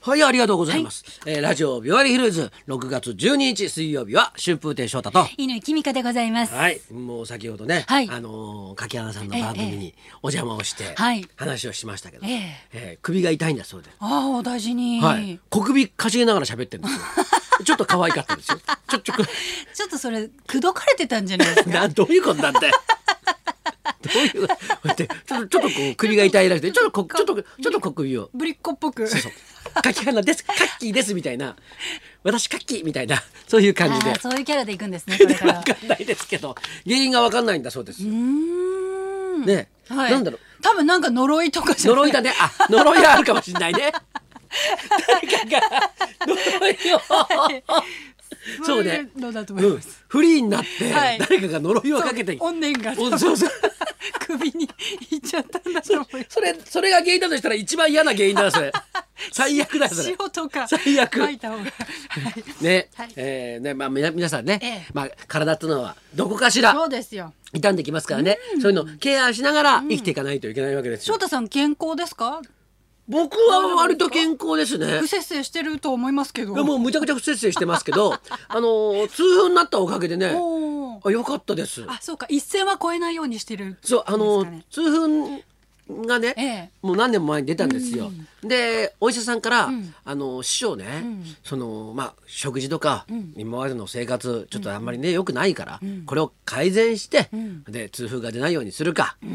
はい、ありがとうございます。ラジオビバリーヒルズ6月12日水曜日は春風亭昇太と乾きみかでございます。 はい、もう先ほどね、 はい、 柿原さんの番組にお邪魔をして話をしましたけど、首が痛いんだそうで、 ああ、お大事に、 はい、小首かしげながら喋ってるんですよ。ちょっと可愛かったですよ。ちょっとそれ口説かれてたんじゃないですか。 どういうことなんて。どういうちょっとこう首が痛いらしくてちょっと小首をぶりっ子っぽく、 そう柿原です、カッキーですみたいな、私カッキーみたいな、そういう感じで、 そういうキャラでいくんですね。これから分かんないですけど、原因が分かんないんだそうです。ね、 はい、 なんだろう、 多分なんか呪いとかじゃない。 呪いだね。あ、呪いがあるかもしれないね。誰かが呪いをそうね、 のだと思います。 フリーになって誰かが呪いをかけて、 怨念が首にいっちゃったんだと思います。 それが原因だとしたら一番嫌な原因だそれ。最悪だそれ。 塩とか最悪。 撒いた方がね、ね、まあ皆さんね、まあ体っていうのはどこかしらそうですよ、 傷んできますからね、そういうのケアしながら生きていかないといけないわけですよ。 翔太さん健康ですか？ 僕は割と健康ですね。 不摂生してると思いますけど。 もうむちゃくちゃ不摂生してますけど痛風になったおかげでね、良かったです。 あ、そうか、一線は越えないようにしてる。 そう、痛風がね、もう何年も前に出たんですよ。でお医者さんから、師匠ね、食事とか、今までの生活ちょっとあんまりね良くないから、これを改善して、で痛風が出ないようにするか、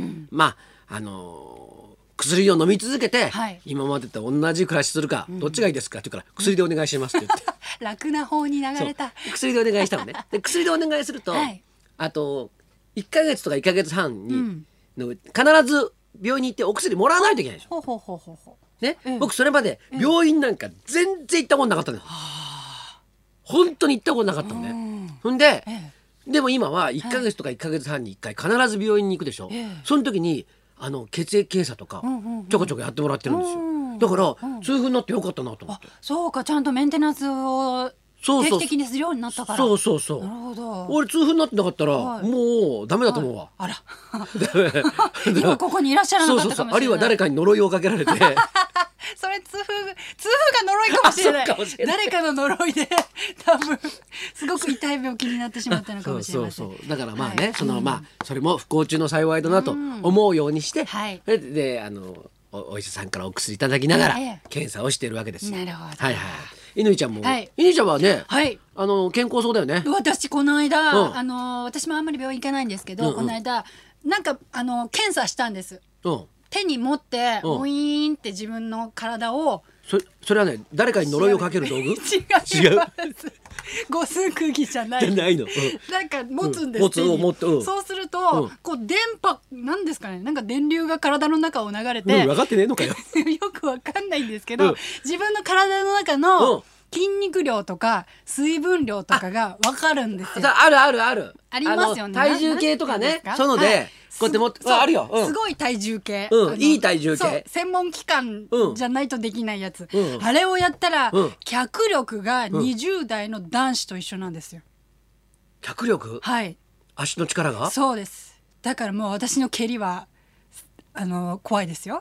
薬を飲み続けて、今までと同じ暮らしするか、どっちがいいですかって言うから、薬でお願いしますって言って楽な方に流れた。 薬でお願いしたのね。で薬でお願いすると、あと1ヶ月とか1ヶ月半に、必ず病院に行ってお薬もらわないといけないでしょ。ね、僕それまで病院なんか全然行ったことなかったのよ。本当に行ったことなかったのね。ほんで、でも今は1ヶ月とか1ヶ月半に1回必ず病院に行くでしょ。その時に血液検査とかちょこちょこやってもらってるんですよ。だから痛風になってよかったなと思って。 そうか、ちゃんとメンテナンスを定期的にするようになったから。 そう。なるほど。俺痛風になってなかったら、もうダメだと思うわ。 あら今ここにいらっしゃらなかったかもしれない。 あるいは誰かに呪いをかけられてそれ痛風が呪いかもしれない。誰かの呪いで多分すごく痛い病気になってしまったのかもしれません。 だからまあね、それも不幸中の幸いだなと思うようにして、でお医者さんからお薬いただきながら検査をしているわけですよ。 なるほど。 乾ちゃんも、乾ちゃんはね、健康そうだよね。 私この間、私もあんまり病院行かないんですけど、この間なんか検査したんです。手に持ってウィーンって自分の体を、 それはね、誰かに呪いをかける道具？ 違う五数釘じゃないの。 なんか持つんです。そうすると、こう電波なんですかね、なんか電流が体の中を流れて、 分かってねえのかよ。 よくわかんないんですけど、自分の体の中の筋肉量とか水分量とかが分かるんですよ。 ある。 ありますよね。 体重計とかね、そういうのでこうやって持って、あるよ。 すごい体重計、 いい体重計、 専門機関じゃないとできないやつ、あれをやったら脚力が20代の男子と一緒なんですよ。 脚力？はい。足の力が？ そうです。だからもう私の蹴りは怖いですよ。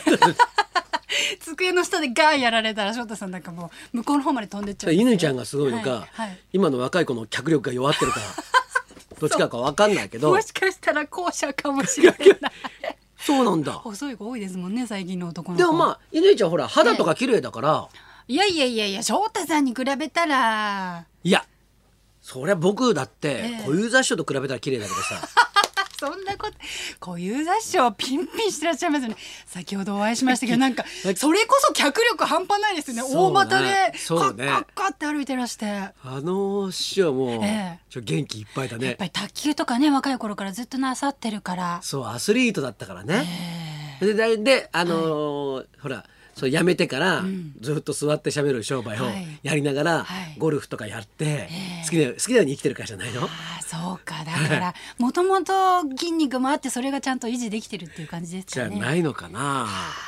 机の下でガーやられたら翔太さんなんかもう向こうの方まで飛んでっちゃう。 乾ちゃんがすごいのか、今の若い子の脚力が弱ってるからどっちか分かんないけど、 もしかしたら後者かもしれない。 そうなんだ。 細い子多いですもんね、最近の男の子。 でも乾ちゃんほら肌とか綺麗だから、 いや翔太さんに比べたら、 いやそりゃ僕だって小遊三師匠と比べたら綺麗だけどさそんなこと小遊三師匠ピンピンしてらっしゃいますよね。先ほどお会いしましたけど、なんかそれこそ脚力半端ないですよね。大股でカッカッって歩いてらして、 師匠も元気いっぱいだね。 やっぱり卓球とかね、若い頃からずっとなさってるから。 そう、アスリートだったからね。でほらそう辞めてからずっと座って喋る商売をやりながらゴルフとかやって好きなように生きてるからじゃないの？ そうか、だからもともと筋肉もあってそれがちゃんと維持できてるっていう感じですかね。 じゃないのかな。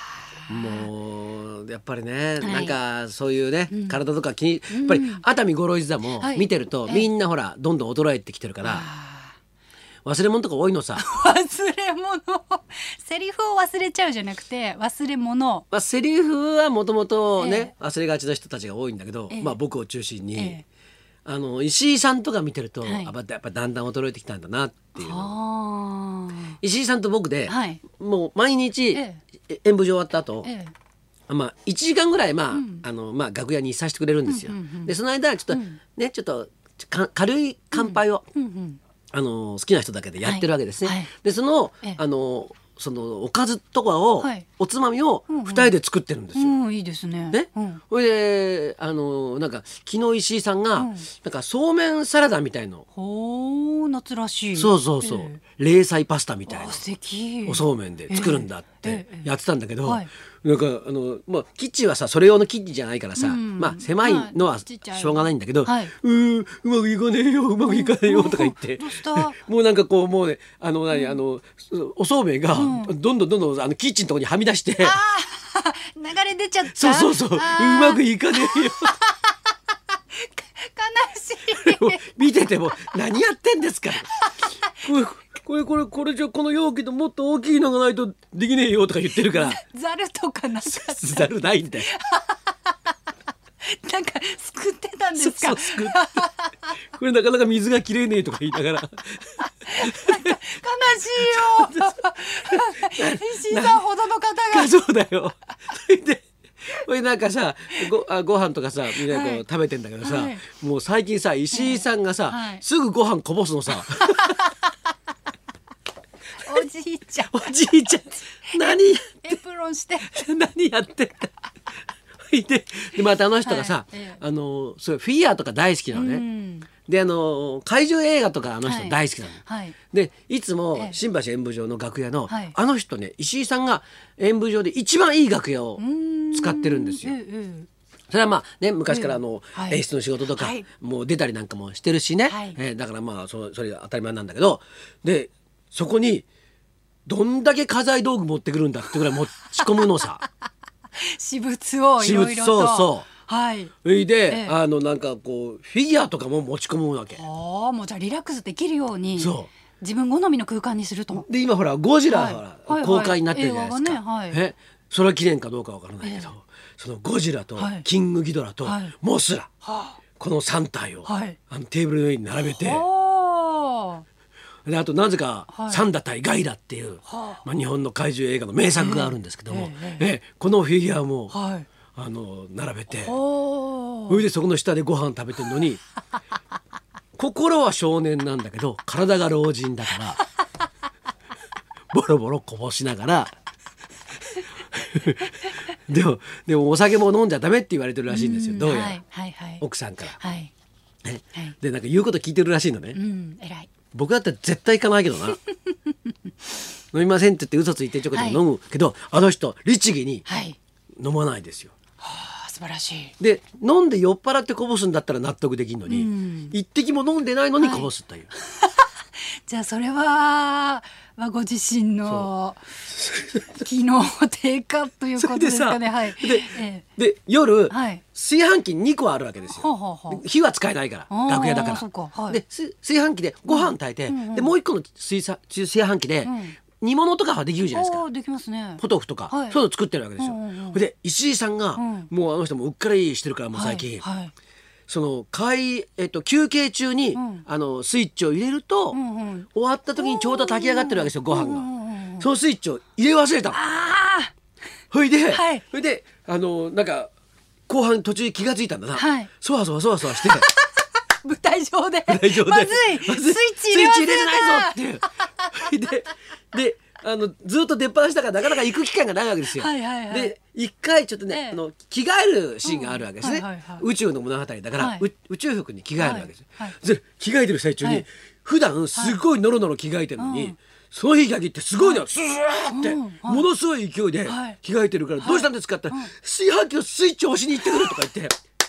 もうやっぱりね、なんかそういうね、体とかやっぱり熱海五郎一座も見てると、みんなほらどんどん衰えてきてるから、 忘れ物とか多いのさ。 忘れ物セリフを忘れちゃうじゃなくて忘れ物、 セリフはもともとね、忘れがちな人たちが多いんだけど、僕を中心に、石井さんとか見てると、やっぱだんだん衰えてきたんだなっていうの。石井さんと僕で、もう毎日、演舞場終わった後、1時間ぐらい、楽屋にいさせてくれるんですよ。でその間ちょっと軽い乾杯を、好きな人だけでやってるわけですね。でそのおかずとかを、おつまみを2人で作ってるんですよ。 いいですね。 それでなんか昨日石井さんが、なんかそうめんサラダみたいの、 夏らしい。 そう、冷菜パスタみたいな素敵おそうめんで作るんだってやってたんだけど、なんかキッチンはさそれ用のキッチンじゃないからさ、狭いのはしょうがないんだけど、うまくいかねえようまくいかねえよとか言ってもうなんかこうもうねおそうめんがどんどんキッチンのとこにはみ出して流れ出ちゃった。 そううまくいかねえよ悲しい見てても何やってんですかこれじゃこの容器ともっと大きいのがないとできねえよとか言ってるからざるとかなかった。 ざるないんだよなんかすくってたんですか。 すくってこれなかなか水がきれいねえとか言いながら悲しいよ石井さんほどの方がそうだよそれなんかさご飯とかさみんなこう食べてんだけどさ、もう最近さ石井さんがさ、すぐご飯こぼすのさおじいちゃん何エプロンして何やってんだでまた人がさ、そうフィギュアとか大好きなのね。で怪獣映画とか人大好きなの。でいつも新橋演舞場の楽屋の、人ね石井さんが演舞場で一番いい楽屋を使ってるんですよ。それは昔から演出の仕事とか、もう出たりなんかもしてるしね、だからそれが当たり前なんだけど、でそこにどんだけ家財道具持ってくるんだってぐらい持ち込むのさ私物をいろいろと。 それで、なんかこうフィギュアとかも持ち込むわけ。 もうじゃあリラックスできるように自分好みの空間にすると。 で今ほらゴジラ公開になってるじゃないですか。それは記念かどうかわからないけど、そのゴジラとキングギドラとモスラ、この3体をテーブルの上に並べて、であとなぜかサンダ対ガイラっていう、日本の怪獣映画の名作があるんですけども、このフィギュアも、並べて、それでそこの下でご飯食べてるのに心は少年なんだけど体が老人だからボロボロこぼしながらでもお酒も飲んじゃダメって言われてるらしいんですよ、どうやら、奥さんから、でなんか言うこと聞いてるらしいのね。 偉い。 僕だったら絶対行かないけどな飲みませんって言って嘘ついてちょこちょこ飲むけど、人律儀に飲まないですよ。 素晴らしい。 で飲んで酔っ払ってこぼすんだったら納得できるのに、一滴も飲んでないのにこぼすという、 じゃあそれは、ご自身の機能低下ということですかね。 で夜、炊飯器2個あるわけですよ。火は使えないから楽屋だから。で炊飯器でご飯炊いて、でもう1個の炊飯器で、煮物とかはできるじゃないですか。 できますね。 ポトフとか、そういうの作ってるわけですよ。で石井さんが、もう人もうっかりしてるからもう最近、その休憩中に、スイッチを入れると、終わった時にちょうど炊き上がってるわけですよ、ご飯が。そのスイッチを入れ忘れたの。それでなんか後半途中に気がついたんだな、そわそわして舞台上でまずいスイッチ入れ忘れたないぞっていうでずっと出っ放しだからなかなか行く機会がないわけですよ。で一回ちょっとね、着替えるシーンがあるわけですね。宇宙の物語だから、宇宙服に着替えるわけですよ。で着替えてる最中に、普段すごいノロノロ着替えてるのに、その日限ってすごいのスーってものすごい勢いで着替えてるから、どうしたんですかって炊飯器のスイッチを押しに行ってくるとか言って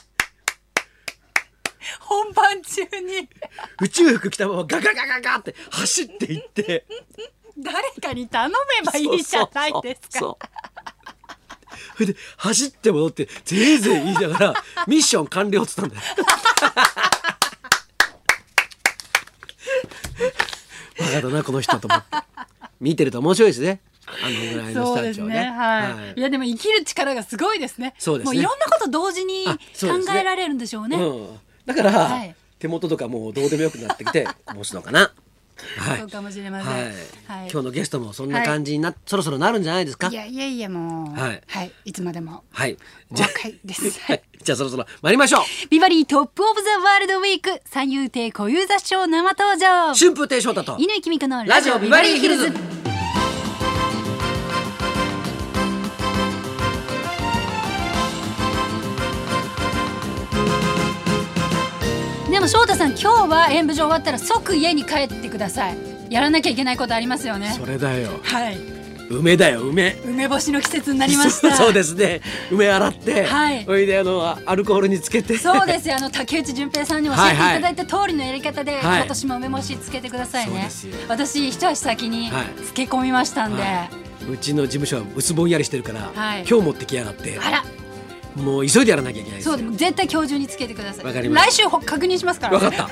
本番中に宇宙服着たままガガガガガって走っていって誰かに頼めばいいじゃないですか。 それで走って戻ってぜいぜい言いながらミッション完了っつったんだよかだなこの人と思って見てると面白いですね。あのぐらいのスタジオね。 いやでも生きる力がすごいですね。 そうですね。 もういろんなこと同時に考えられるんでしょうね。 だから、手元とかもうどうでもよくなってきて持つのかな。 そうかもしれません。 今日のゲストもそんな感じにそろそろなるんじゃないですか。 いやもういつまでも若いです。 じゃあそろそろ参りましょう。 ビバリートップオブザワールドウィーク三遊亭小遊三師匠生登場。 春風亭昇太と乾きみ子のラジオビバリーヒルズ。 でも翔太さん、今日は演舞場終わったら即家に帰ってください。やらなきゃいけないことありますよね。 それだよ。 はい。 梅だよ梅干しの季節になりました。 そうですね。梅洗って、おいでアルコールにつけて。 そうですよ。竹内純平さんに教えていただいた通りのやり方で、今年も梅干しつけてくださいね。私一足先に漬け込みましたんで。 うちの事務所は薄ぼんやりしてるから、今日持ってきやがって。 あら。 もう急いでやらなきゃいけないですよ。 そう、絶対今日中につけてください。 わかりました。 来週確認しますからね。 わかった。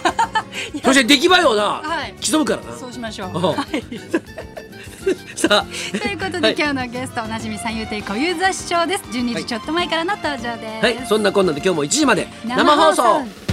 そして出来栄えをな、競うからな。 そうしましょう。 さあ、 ということで今日のゲストおなじみ三遊亭小遊三師匠です。12時ちょっと前からの登場です。 そんなこんなで今日も1時まで生放送。